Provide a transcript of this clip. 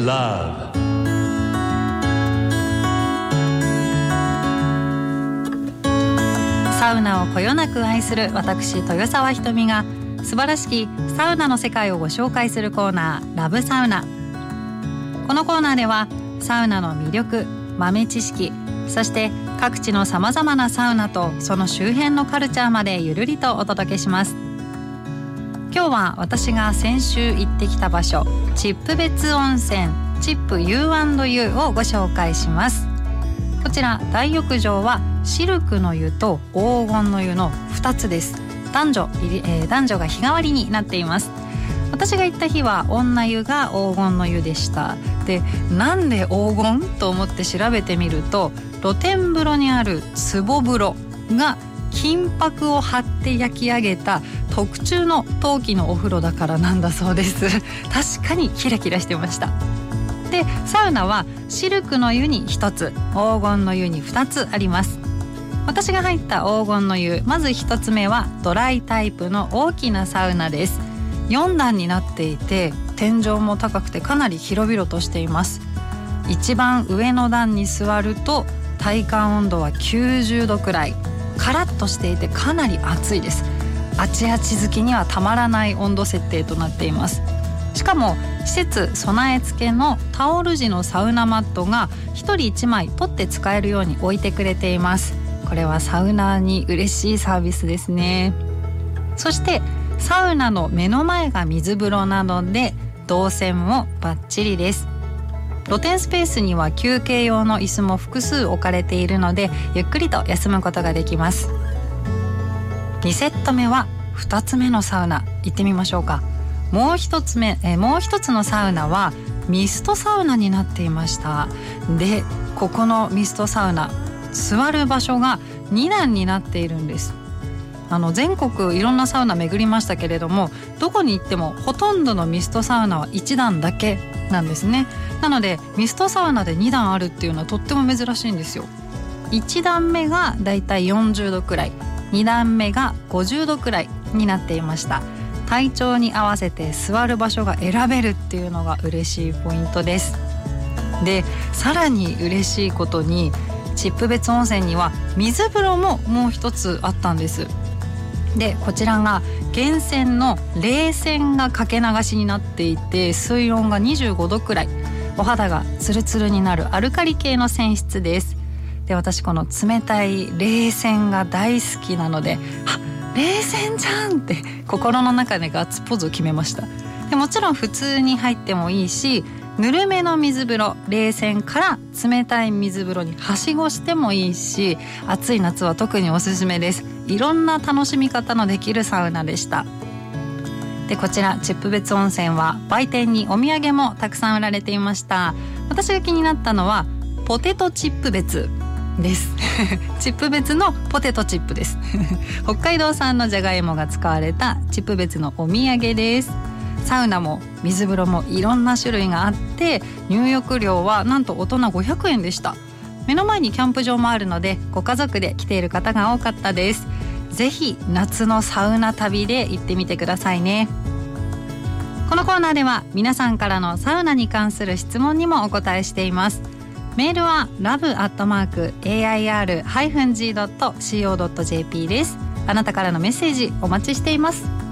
love。 サウナをこよなく愛する私豊沢ひとみが素晴らしきサウナの世界をご紹介するコーナー、ラブサウナ。このコーナーではサウナの魅力、豆知識、そして各地のさまざまなサウナとその周辺のカルチャーまでゆるりとお届けします。今日は私が先週行ってきた場所、チップ別温泉チップ U&U をご紹介します。こちら大浴場はシルクの湯と黄金の湯の2つです。男女が日替わりになっています。私が行った日は女湯が黄金の湯でした。で、なんで黄金と思って調べてみると、露天風呂にある壺風呂が金箔を貼って焼き上げた特注の陶器のお風呂だからなんだそうです。確かにキラキラしてました。で、サウナはシルクの湯に1つ、黄金の湯に2つあります。私が入った黄金の湯、まず1つ目はドライタイプの大きなサウナです。4段になっていて天井も高くてかなり広々としています。一番上の段に座ると体感温度は90度くらい、カラッとしていてかなり暑いです。あちあち好きにはたまらない温度設定となっています。しかも施設備え付けのタオル地のサウナマットが1人1枚取って使えるように置いてくれています。これはサウナーに嬉しいサービスですね。そしてサウナの目の前が水風呂なので動線もバッチリです。露天スペースには休憩用の椅子も複数置かれているのでゆっくりと休むことができます。2セット目は2つ目のサウナ行ってみましょうか。もう一つのサウナはミストサウナになっていました。で、ここのミストサウナ、座る場所が2段になっているんです。全国いろんなサウナ巡りましたけれども、どこに行ってもほとんどのミストサウナは1段だけなんですね。なのでミストサウナで2段あるっていうのはとっても珍しいんですよ。1段目がだいたい40度くらい、2段目が50度くらいになっていました。体調に合わせて座る場所が選べるっていうのが嬉しいポイントです。で、さらに嬉しいことにチップ別温泉には水風呂ももう一つあったんです。で、こちらが源泉の冷泉がかけ流しになっていて、水温が25度くらい、お肌がツルツルになるアルカリ系の泉質です。で、私この冷たい冷泉が大好きなので、冷泉じゃんって心の中でガッツポーズを決めました。で、もちろん普通に入ってもいいし、ぬるめの水風呂、冷泉から冷たい水風呂にはしごしてもいいし、暑い夏は特におすすめです。いろんな楽しみ方のできるサウナでした。で、こちらチップ別温泉は売店にお土産もたくさん売られていました。私が気になったのはポテトチップ別ですチップ別のポテトチップです北海道産のじゃがいもが使われたチップ別のお土産です。サウナも水風呂もいろんな種類があって、入浴料はなんと大人500円でした。目の前にキャンプ場もあるのでご家族で来ている方が多かったです。ぜひ夏のサウナ旅で行ってみてくださいね。このコーナーでは皆さんからのサウナに関する質問にもお答えしています。メールは love@air-g.co.jp です。あなたからのメッセージお待ちしています。